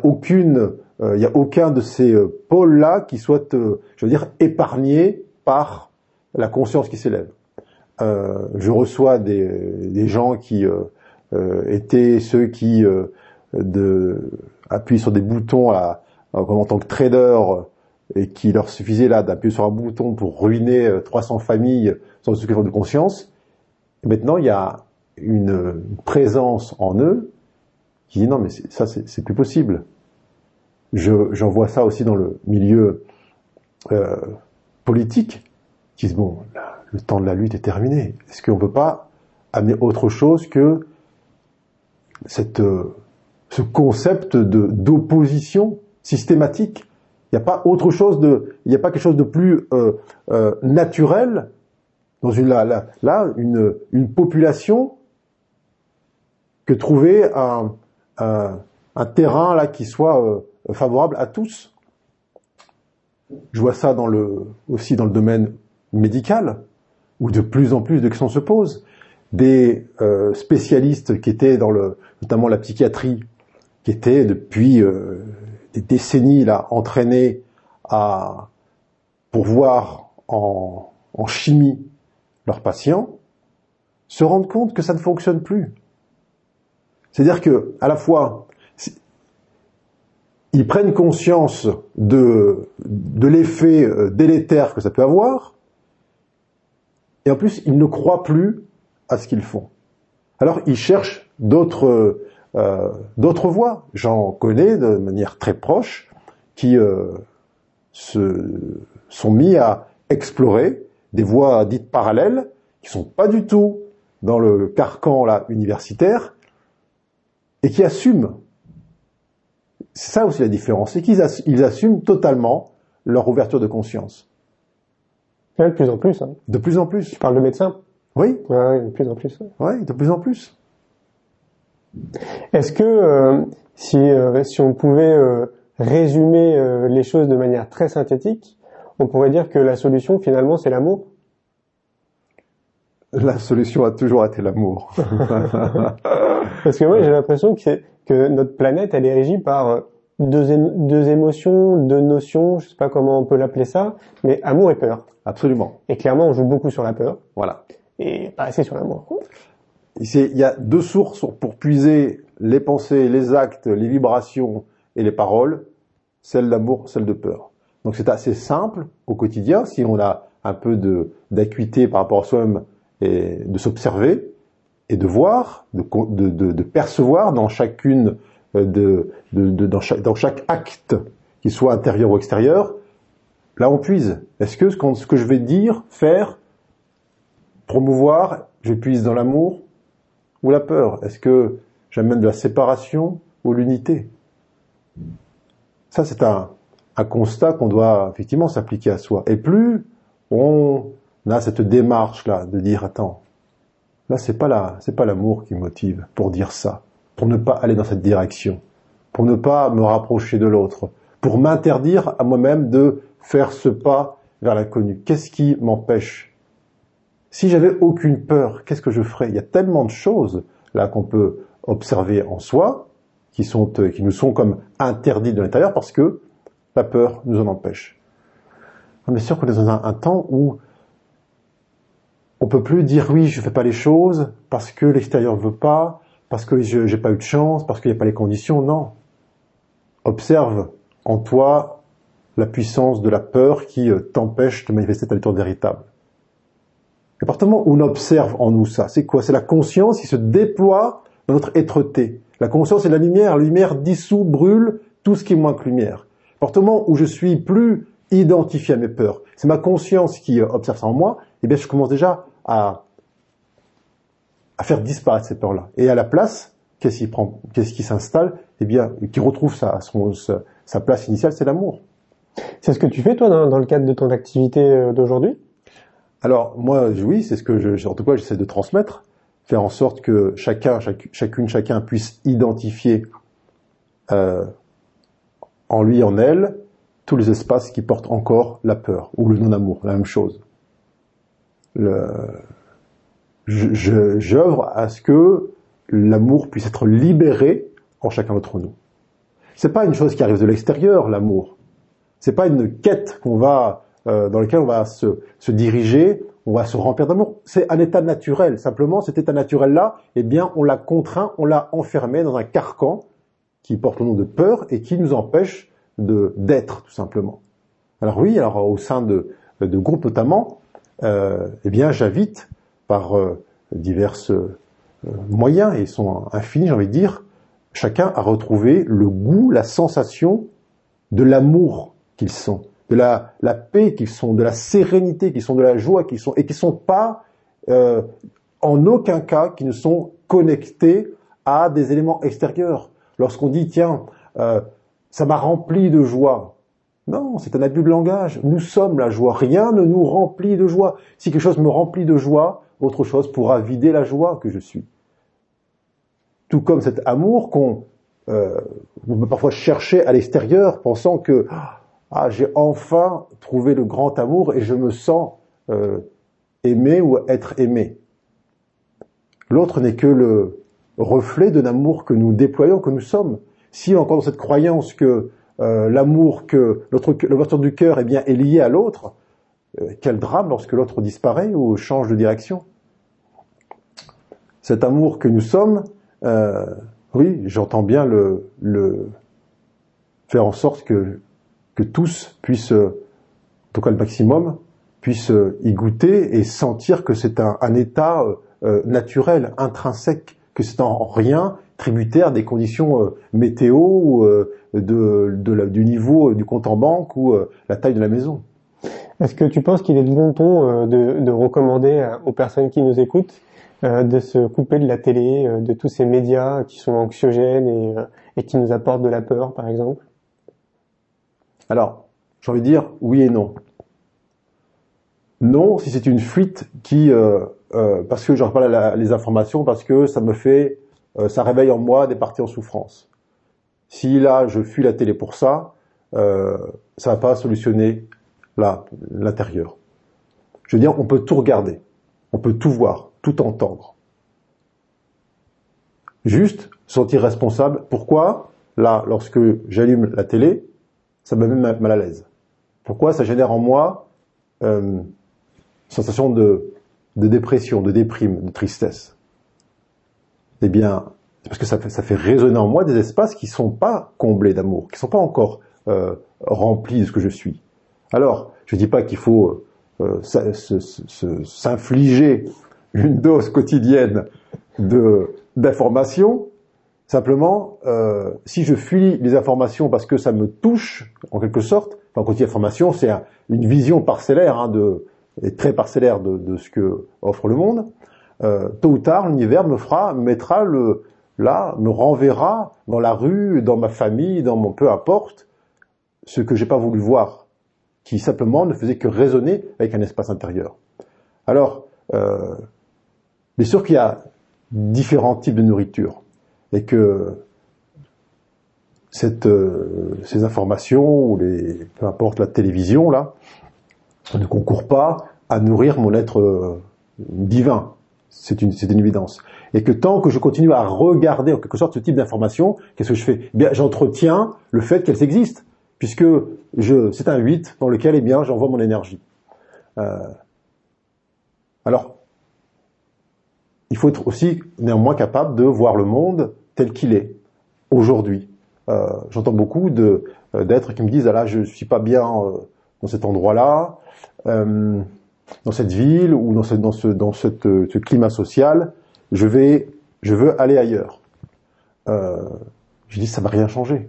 aucun de ces pôles-là qui soit, je veux dire, épargné par la conscience qui s'élève. Je reçois des gens qui étaient ceux qui appuient sur des boutons en tant que trader, et qui leur suffisait là d'appuyer sur un bouton pour ruiner 300 familles sans aucune de conscience. Et maintenant, il y a une présence en eux qui dit non, mais ça c'est plus possible. J'en vois ça aussi dans le milieu politique, qui disent bon, le temps de la lutte est terminé. Est-ce qu'on peut pas amener autre chose que cette ce concept d'opposition systématique. Il n'y a pas autre chose il n'y a pas quelque chose de plus naturel dans une population que trouver un terrain là qui soit favorable à tous. Je vois ça aussi dans le domaine médical, où de plus en plus de questions se posent. Des spécialistes qui étaient notamment la psychiatrie, qui étaient depuis des décennies là entraînés pour voir en chimie leurs patients, se rendent compte que ça ne fonctionne plus. C'est-à-dire que, à la fois, ils prennent conscience de l'effet délétère que ça peut avoir, et en plus, ils ne croient plus à ce qu'ils font. Alors, ils cherchent d'autres voies. J'en connais de manière très proche qui se sont mis à explorer des voies dites parallèles, qui sont pas du tout dans le carcan là universitaire, et qui assument. C'est ça aussi la différence, c'est qu'ils assument totalement leur ouverture de conscience. De plus en plus. Hein. De plus en plus. Tu parles de médecins ? Oui. Ouais, de plus en plus. Oui, de plus en plus. Est-ce que si on pouvait résumer les choses de manière très synthétique, on pourrait dire que la solution finalement c'est l'amour ? La solution a toujours été l'amour. Parce que moi j'ai l'impression que notre planète elle est régie par deux émotions, deux notions, je sais pas comment on peut l'appeler ça, mais amour et peur. Absolument. Et clairement on joue beaucoup sur la peur. Voilà. Et pas assez sur l'amour. Il y a deux sources pour puiser les pensées, les actes, les vibrations et les paroles, celle d'amour, celle de peur. Donc c'est assez simple au quotidien, si on a un peu d'acuité par rapport à soi-même, et de s'observer et de voir, de percevoir dans chacune dans chaque acte, qu'il soit intérieur ou extérieur, là on puise. Est-ce que ce que je vais dire, faire, promouvoir, je puise dans l'amour ou la peur? Est-ce que j'amène de la séparation ou l'unité? Ça c'est un constat qu'on doit effectivement s'appliquer à soi. Et plus on a cette démarche là de dire attends, là c'est pas l'amour qui me motive pour dire ça, pour ne pas aller dans cette direction, pour ne pas me rapprocher de l'autre, pour m'interdire à moi-même de faire ce pas vers l'inconnu. Qu'est-ce qui m'empêche? Si j'avais aucune peur, qu'est-ce que je ferais? Il y a tellement de choses là qu'on peut observer en soi qui nous sont comme interdites de l'intérieur parce que la peur nous en empêche. On est sûr qu'on est dans un temps où on peut plus dire oui, je fais pas les choses parce que l'extérieur ne veut pas, parce que j'ai pas eu de chance, parce qu'il n'y a pas les conditions. Non. Observe en toi la puissance de la peur qui t'empêche de manifester ta nature véritable. À partir du moment où on observe en nous ça, c'est quoi? C'est la conscience qui se déploie dans notre êtreté. La conscience est la lumière dissout, brûle tout ce qui est moins que lumière. À partir du moment où je suis plus identifié à mes peurs, c'est ma conscience qui observe ça en moi, et bien je commence déjà à faire disparaître ces peurs-là. Et à la place, qu'est-ce qui s'installe? Eh bien, qui retrouve sa place initiale, c'est l'amour. C'est ce que tu fais, toi, dans le cadre de ton activité d'aujourd'hui? Alors, moi, oui, c'est ce que en tout cas, j'essaie de transmettre. Faire en sorte que chacun puisse identifier en lui, en elle, tous les espaces qui portent encore la peur ou le non-amour, la même chose. J'œuvre à ce que l'amour puisse être libéré en chacun d'entre nous. C'est pas une chose qui arrive de l'extérieur, l'amour. C'est pas une quête dans laquelle on va se diriger, on va se remplir d'amour. C'est un état naturel. Simplement, cet état naturel-là, eh bien, on l'a contraint, on l'a enfermé dans un carcan qui porte le nom de peur et qui nous empêche d'être, tout simplement. Alors oui, au sein de groupes notamment, eh bien, j'invite par divers moyens, et ils sont infinis, j'ai envie de dire, chacun à retrouver le goût, la sensation de l'amour qu'ils sont, de la paix qu'ils sont, de la sérénité qu'ils sont, de la joie qu'ils sont, et qui sont pas, en aucun cas, qui ne sont connectés à des éléments extérieurs. lorsqu'on dit, tiens, ça m'a rempli de joie. Non, c'est un abus de langage. Nous sommes la joie. Rien ne nous remplit de joie. Si quelque chose me remplit de joie, autre chose pourra vider la joie que je suis. Tout comme cet amour qu'on peut parfois chercher à l'extérieur, pensant que j'ai enfin trouvé le grand amour et je me sens aimé ou être aimé. L'autre n'est que le reflet d'un amour que nous déployons, que nous sommes. Si encore dans cette croyance que l'amour, que l'ouverture du cœur est liée à l'autre, quel drame lorsque l'autre disparaît ou change de direction. Cet amour que nous sommes, oui, j'entends bien le faire en sorte que tous puissent, en tout cas le maximum, puissent y goûter et sentir que c'est un état naturel, intrinsèque, que c'est en rien tributaire des conditions météo ou du niveau du compte en banque ou la taille de la maison. Est-ce que tu penses qu'il est de bon ton de recommander aux personnes qui nous écoutent de se couper de la télé, de tous ces médias qui sont anxiogènes et qui nous apportent de la peur, par exemple? Alors, j'ai envie de dire oui et non. Non, si c'est une fuite qui, parce que je reparle les informations, parce que ça me fait, ça réveille en moi des parties en souffrance. Si là, je fuis la télé pour ça, ça va pas solutionner l'intérieur. Je veux dire, on peut tout regarder, on peut tout voir, tout entendre. Juste sentir responsable. Pourquoi, là, lorsque j'allume la télé, ça me met mal à l'aise? Pourquoi ça génère en moi sensation de dépression, de déprime, de tristesse? Eh bien, c'est parce que ça fait résonner en moi des espaces qui sont pas comblés d'amour, qui sont pas encore remplis de ce que je suis. Alors, je dis pas qu'il faut s'infliger une dose quotidienne d'informations. Simplement, si je fuis les informations parce que ça me touche, en quelque sorte, enfin, quand il y a information, c'est une vision parcellaire, et très parcellaire de ce que offre le monde. Tôt ou tard, l'univers me renverra dans la rue, dans ma famille, dans mon peu importe, ce que j'ai pas voulu voir, qui simplement ne faisait que résonner avec un espace intérieur. Alors, bien sûr qu'il y a différents types de nourriture, et que ces informations, ou peu importe la télévision, là, ne concourent pas à nourrir mon être divin. C'est une évidence. Et que tant que je continue à regarder en quelque sorte ce type d'informations, qu'est-ce que je fais? Eh bien, j'entretiens le fait qu'elles existent, puisque c'est un 8 dans lequel, eh bien, j'envoie mon énergie. Alors, il faut être aussi néanmoins capable de voir le monde tel qu'il est aujourd'hui. J'entends beaucoup d'êtres qui me disent, ah là, je suis pas bien dans cet endroit-là, dans cette ville ou dans ce climat social, je veux aller ailleurs. Je dis, ça va rien changer.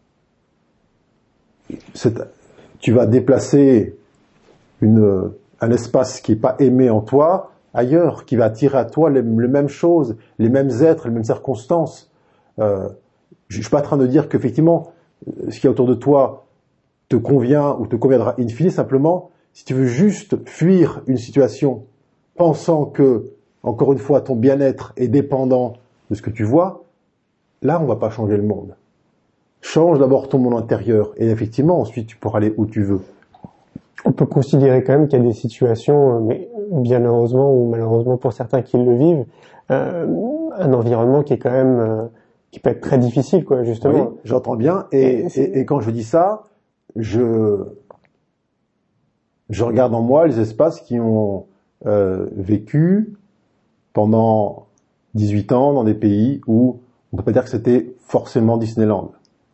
Tu vas déplacer un espace qui est pas aimé en toi ailleurs, qui va attirer à toi les mêmes choses, les mêmes êtres, les mêmes circonstances. Je suis pas en train de dire qu'effectivement, ce qui est autour de toi te convient ou te conviendra in fine, simplement, si tu veux juste fuir une situation, pensant que, encore une fois, ton bien-être est dépendant de ce que tu vois, là, on va pas changer le monde. Change d'abord ton monde intérieur, et effectivement, ensuite, tu pourras aller où tu veux. On peut considérer quand même qu'il y a des situations, mais bien heureusement ou malheureusement pour certains qui le vivent, un environnement qui est quand même qui peut être très difficile, quoi, justement. Oui, j'entends bien, et quand je dis ça, je regarde en moi les espaces qui ont vécu pendant 18 ans dans des pays où on ne peut pas dire que c'était forcément Disneyland.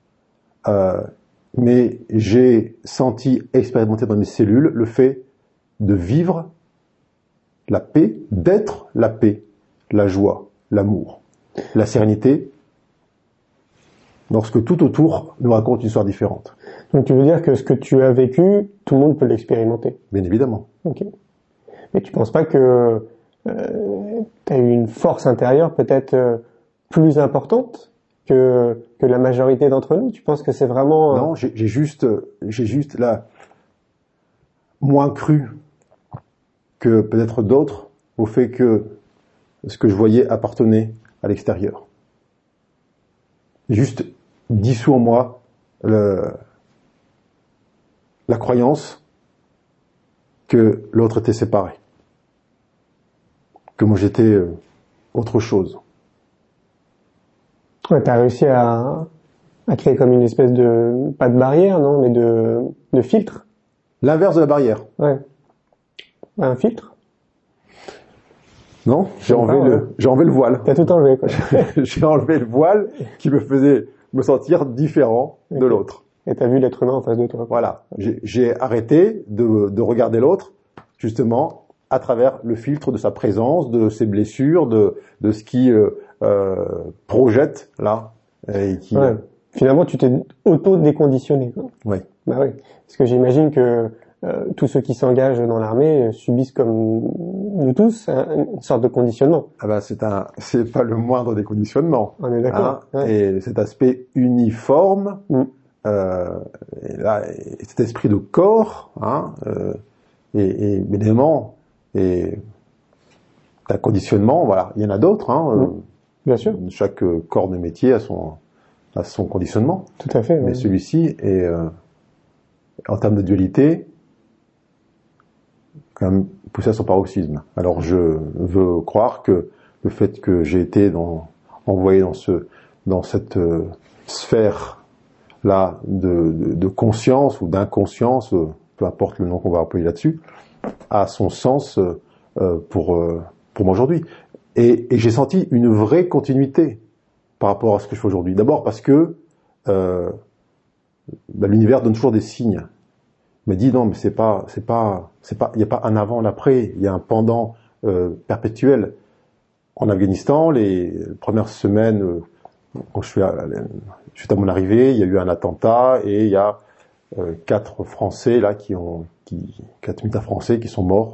Mais j'ai senti, expérimenté dans mes cellules, le fait de vivre la paix, d'être la paix, la joie, l'amour, la sérénité, lorsque tout autour nous raconte une histoire différente. Donc tu veux dire que ce que tu as vécu, tout le monde peut l'expérimenter? Bien évidemment. Ok. Mais tu penses pas que tu as eu une force intérieure peut-être plus importante que la majorité d'entre nous? Tu penses que c'est vraiment... Non, j'ai juste là moins cru que peut-être d'autres au fait que ce que je voyais appartenait à l'extérieur. J'ai juste dissous en moi la croyance que l'autre était séparé, que moi j'étais autre chose. Ouais, t'as réussi à créer comme une espèce de, pas de barrière, non, mais de filtre. L'inverse de la barrière. Ouais. Un filtre. Non, j'ai enlevé le voile. T'as tout enlevé, quoi. J'ai enlevé le voile qui me faisait me sentir différent de l'autre. Et t'as vu l'être humain en face de toi. Voilà. J'ai arrêté de regarder l'autre, justement, à travers le filtre de sa présence, de ses blessures, de ce qui projette là. Et qui, ouais. Finalement, tu t'es auto-déconditionné, quoi. Oui. Bah oui. Parce que j'imagine que tous ceux qui s'engagent dans l'armée subissent comme nous tous une sorte de conditionnement. Ah bah c'est pas le moindre déconditionnement. On est d'accord. Hein, ouais. Et cet aspect uniforme, et là, et cet esprit de corps, hein, et évidemment, et un conditionnement, voilà, il y en a d'autres, hein. Bien sûr. Chaque corps de métier a son conditionnement. Tout à fait. Mais ouais. celui-ci est, en termes de dualité, quand même poussé à son paroxysme. Alors je veux croire que le fait que j'ai été envoyé dans cette sphère là de conscience ou d'inconscience, peu importe le nom qu'on va employer là-dessus, a son sens pour moi aujourd'hui. Et j'ai senti une vraie continuité par rapport à ce que je fais aujourd'hui. D'abord parce que l'univers donne toujours des signes. Il m'a dit non, mais c'est pas, il n'y a pas un avant, l'après, il y a un pendant perpétuel. En Afghanistan, les premières semaines, quand suite à mon arrivée, il y a eu un attentat et il y a 4 Français là 4 militaires français qui sont morts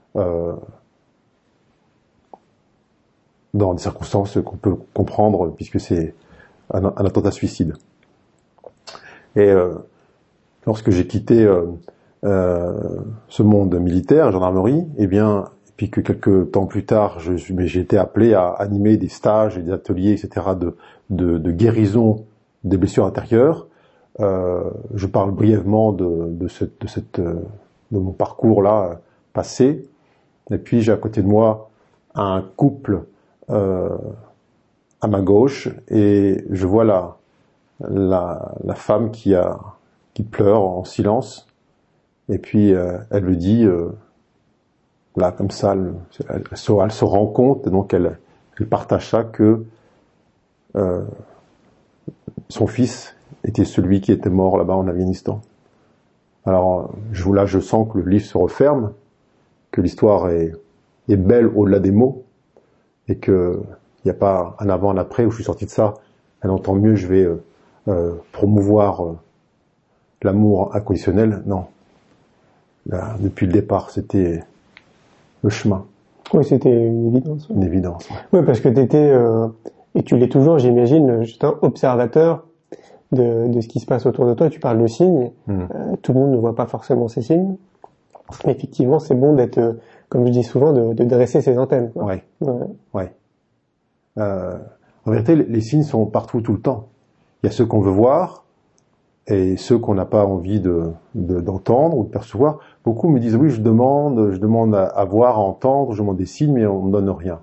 dans des circonstances qu'on peut comprendre puisque c'est un attentat suicide. Et lorsque j'ai quitté ce monde militaire, gendarmerie, eh bien, puis que quelques temps plus tard, j'ai été appelé à animer des stages et des ateliers, etc., de guérison des blessures intérieures. Je parle brièvement de mon parcours là passé. Et puis j'ai à côté de moi un couple à ma gauche et je vois la femme qui pleure en silence. Et puis elle me dit là comme ça, elle se rend compte, et donc elle partage ça que son fils était celui qui était mort là-bas en Afghanistan. Alors là, je sens que le livre se referme, que l'histoire est belle au-delà des mots, et que il n'y a pas un avant, un après où je suis sorti de ça. Alors tant mieux, je vais promouvoir l'amour inconditionnel. Non. Là, depuis le départ, c'était le chemin. Oui, c'était une évidence. Une évidence. Oui, parce que t'étais, et tu l'es toujours, j'imagine, juste un observateur de ce qui se passe autour de toi. Tu parles de signes. Tout le monde ne voit pas forcément ces signes. Mais effectivement, c'est bon d'être, comme je dis souvent, de dresser ses antennes. Quoi. Ouais. Ouais. En vérité, les signes sont partout, tout le temps. Il y a ceux qu'on veut voir et ceux qu'on n'a pas envie d'entendre ou de percevoir. Beaucoup me disent oui, je demande à voir, à entendre, je demande des signes, mais on me donne rien.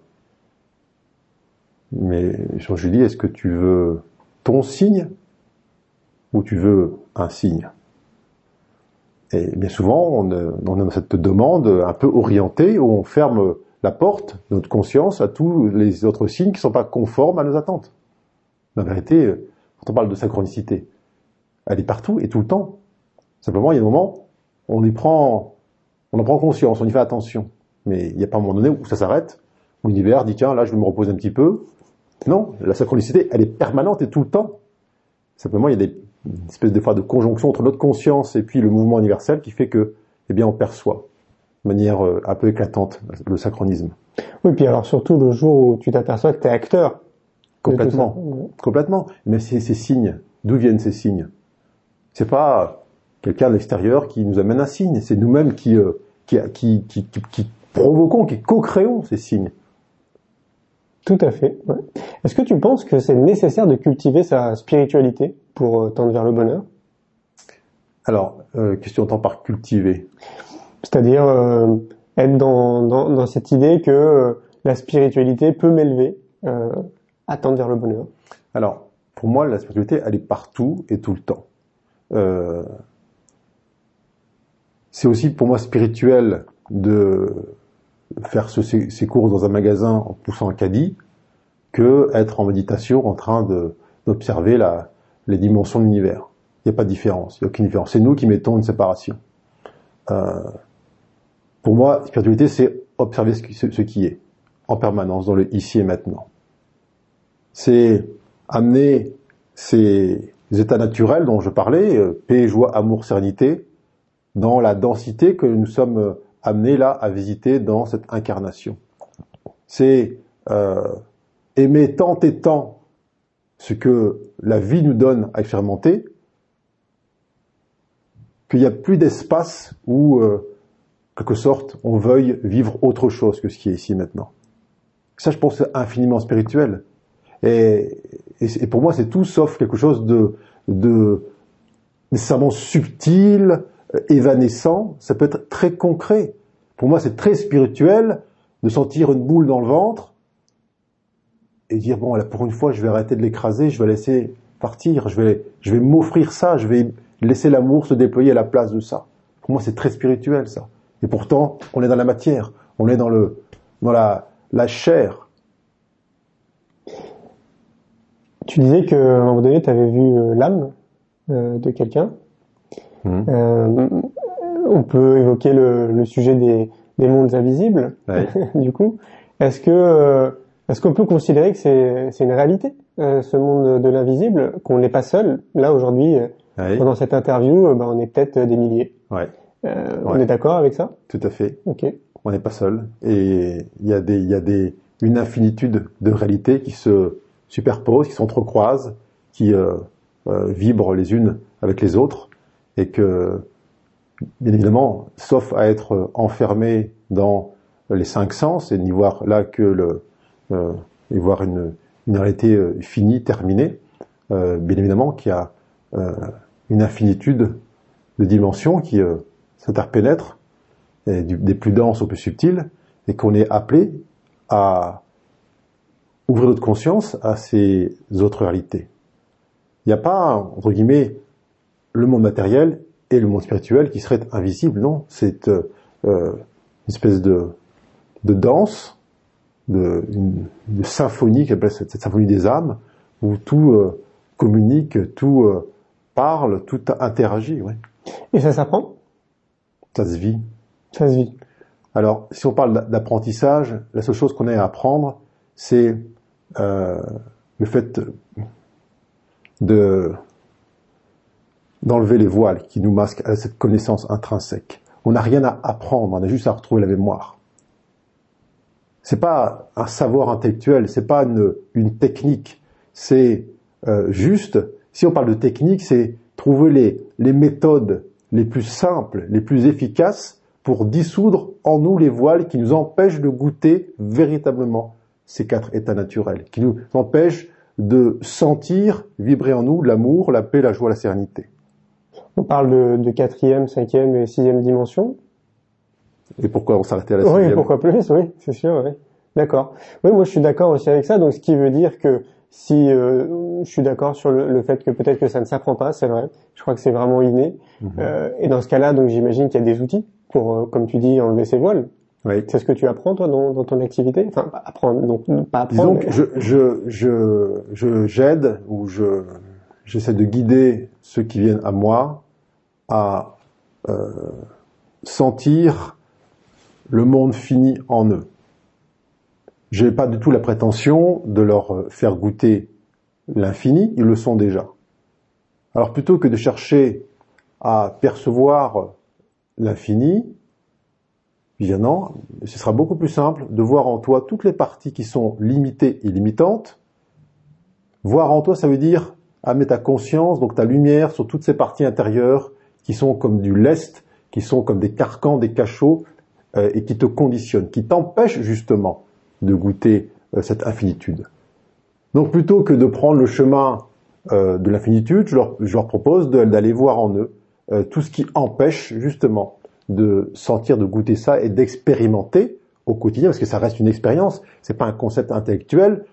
Mais je lui dis, est-ce que tu veux ton signe ou tu veux un signe? Et bien souvent, on est dans cette demande un peu orientée où on ferme la porte de notre conscience à tous les autres signes qui ne sont pas conformes à nos attentes. En vérité, quand on parle de synchronicité, elle est partout et tout le temps. Simplement, il y a des moments, on en prend conscience, on y fait attention. Mais il n'y a pas un moment donné où ça s'arrête, où l'univers dit, tiens, là, je vais me reposer un petit peu. Non, la synchronicité, elle est permanente et tout le temps. Simplement, il y a une espèce de fois de conjonction entre notre conscience et puis le mouvement universel qui fait que, eh bien, on perçoit de manière un peu éclatante le synchronisme. Oui, puis alors surtout le jour où tu t'aperçois que tu es acteur Complètement. Ouais. Complètement. Mais ces signes, d'où viennent ces signes? C'est pas quelqu'un de l'extérieur qui nous amène un signe. C'est nous-mêmes qui provoquons, qui co-créons ces signes. Tout à fait. Ouais. Est-ce que tu penses que c'est nécessaire de cultiver sa spiritualité pour tendre vers le bonheur? Alors, qu'est-ce que tu entends par cultiver? C'est-à-dire être dans cette idée que la spiritualité peut m'élever à tendre vers le bonheur. Alors, pour moi, la spiritualité, elle est partout et tout le temps. C'est aussi pour moi spirituel de faire ses courses dans un magasin en poussant un caddie que être en méditation en train d'observer les dimensions de l'univers. Il n'y a pas de différence, il n'y a aucune différence. C'est nous qui mettons une séparation. Pour moi, spiritualité, c'est observer ce qui est en permanence dans le ici et maintenant. C'est amener ces états naturels dont je parlais, paix, joie, amour, sérénité, dans la densité que nous sommes amenés là à visiter dans cette incarnation. C'est aimer tant et tant ce que la vie nous donne à expérimenter, qu'il n'y a plus d'espace où, quelque sorte, on veuille vivre autre chose que ce qui est ici maintenant. Ça, je pense, c'est infiniment spirituel. Et pour moi, c'est tout sauf quelque chose de nécessairement subtil, évanescent. Ça peut être très concret. Pour moi, c'est très spirituel de sentir une boule dans le ventre et dire, bon, là, pour une fois, je vais arrêter de l'écraser, je vais la laisser partir, je vais m'offrir ça, je vais laisser l'amour se déployer à la place de ça. Pour moi, c'est très spirituel, ça. Et pourtant, on est dans la matière, on est dans la chair. Tu disais qu'à un moment donné, tu avais vu l'âme de quelqu'un. On peut évoquer le sujet des mondes invisibles. Ouais. Du coup, est-ce qu'on peut considérer que c'est une réalité, ce monde de l'invisible, qu'on n'est pas seul? Là, aujourd'hui, pendant cette interview, on est peut-être des milliers. Ouais. On est d'accord avec ça? Tout à fait. Ok. On n'est pas seul. Et il y a une infinitude de réalités qui se superposent, qui s'entrecroisent, qui vibrent les unes avec les autres, et que, bien évidemment, sauf à être enfermé dans les cinq sens et n'y voir là que et voir une réalité finie, terminée, bien évidemment qu'il y a une infinitude de dimensions qui s'interpénètrent, des plus denses aux plus subtiles, et qu'on est appelé à ouvrir notre conscience à ces autres réalités. Il n'y a pas, entre guillemets, le monde matériel et le monde spirituel qui seraient invisibles, non. C'est une espèce de danse, de symphonie, qu'appelle cette symphonie des âmes, où tout communique, tout parle, tout interagit. Ouais. Et ça s'apprend? Ça se vit. Ça se vit. Alors, si on parle d'apprentissage, la seule chose qu'on ait à apprendre, c'est le fait d'enlever les voiles qui nous masquent à cette connaissance intrinsèque. On n'a rien à apprendre, on a juste à retrouver la mémoire. C'est pas un savoir intellectuel, c'est pas une technique. C'est juste, si on parle de technique, c'est trouver les méthodes les plus simples, les plus efficaces pour dissoudre en nous les voiles qui nous empêchent de goûter véritablement ces quatre états naturels, qui nous empêchent de sentir vibrer en nous l'amour, la paix, la joie, la sérénité. On parle de quatrième, cinquième et sixième dimension. Et pourquoi on s'arrêtait à la sixième? Oui, pourquoi plus, oui, c'est sûr, oui. D'accord. Oui, moi je suis d'accord aussi avec ça, donc ce qui veut dire que si je suis d'accord sur le fait que peut-être que ça ne s'apprend pas, c'est vrai, je crois que c'est vraiment inné, et dans ce cas-là, donc j'imagine qu'il y a des outils pour, comme tu dis, enlever ces voiles. Oui. C'est ce que tu apprends toi dans ton activité? Enfin, apprendre, donc pas apprendre. Disons que j'aide ou j'essaie de guider ceux qui viennent à moi à sentir le monde fini en eux. J'ai pas du tout la prétention de leur faire goûter l'infini, ils le sont déjà. Alors plutôt que de chercher à percevoir l'infini, non, ce sera beaucoup plus simple de voir en toi toutes les parties qui sont limitées et limitantes Voir en toi, ça veut dire amener ta conscience, donc ta lumière sur toutes ces parties intérieures qui sont comme du lest, qui sont comme des carcans, des cachots, et qui te conditionnent, qui t'empêchent justement de goûter cette infinitude. Donc plutôt que de prendre le chemin de l'infinitude, je leur propose d'aller voir en eux tout ce qui empêche justement de sentir, de goûter ça et d'expérimenter au quotidien, parce que ça reste une expérience, c'est pas un concept intellectuel,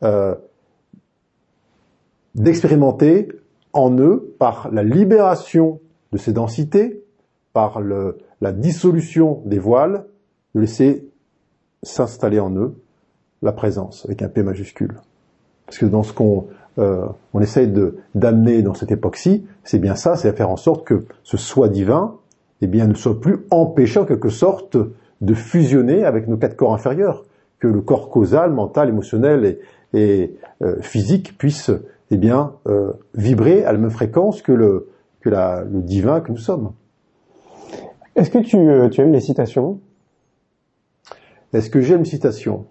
d'expérimenter en eux par la libération de ces densités, par la dissolution des voiles, de laisser s'installer en eux la présence avec un P majuscule. Parce que dans ce qu'on essaye d'amener dans cette époque-ci, c'est bien ça, c'est faire en sorte que ce soi divin, eh bien, ne soit plus empêché en quelque sorte de fusionner avec nos 4 corps inférieurs, que le corps causal, mental, émotionnel et physique puisse, eh bien, vibrer à la même fréquence que le divin que nous sommes. Est-ce que tu aimes les citations? Est-ce que j'aime une citation?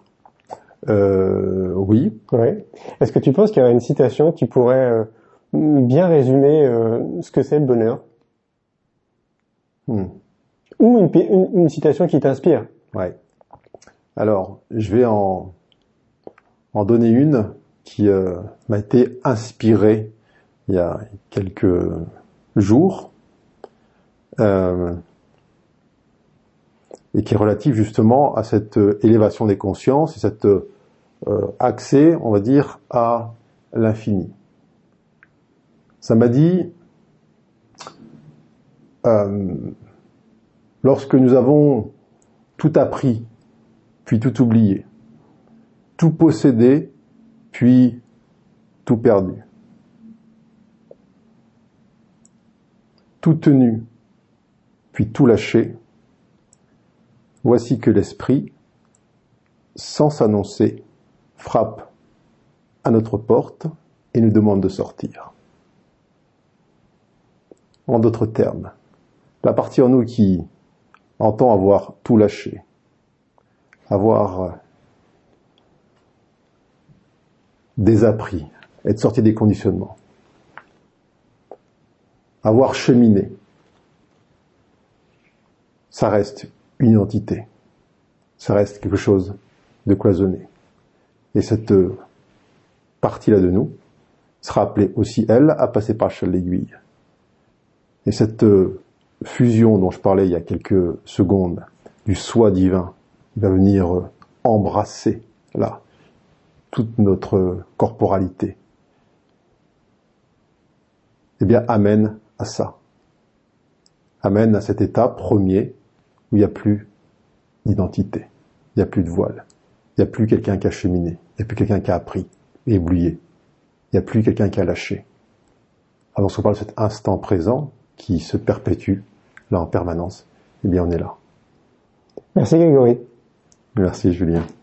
Oui. Ouais. Est-ce que tu penses qu'il y a une citation qui pourrait bien résumer ce que c'est le bonheur? Ou une citation qui t'inspire? Ouais. Alors, je vais en donner une qui m'a été inspirée il y a quelques jours et qui est relative justement à cette élévation des consciences et cet accès, on va dire, à l'infini. Ça m'a dit, lorsque nous avons tout appris, puis tout oublié, tout possédé, puis tout perdu, tout tenu, puis tout lâché, voici que l'esprit, sans s'annoncer, frappe à notre porte et nous demande de sortir. En d'autres termes, la partie en nous qui entend avoir tout lâché, avoir désappris, être sorti des conditionnements, avoir cheminé, ça reste une identité, ça reste quelque chose de cloisonné. Et cette partie-là de nous sera appelée aussi, elle, à passer par le cheval d'aiguille. Et cette fusion dont je parlais il y a quelques secondes, du soi divin, il va venir embrasser, là, toute notre corporalité, eh bien, amène à ça. Amène à cet état premier où il n'y a plus d'identité, il n'y a plus de voile, il n'y a plus quelqu'un qui a cheminé, il n'y a plus quelqu'un qui a appris et oublié, il n'y a plus quelqu'un qui a lâché. Alors, lorsqu'on parle de cet instant présent qui se perpétue, là, en permanence, eh bien, on est là. Merci Grégory. Merci Julien.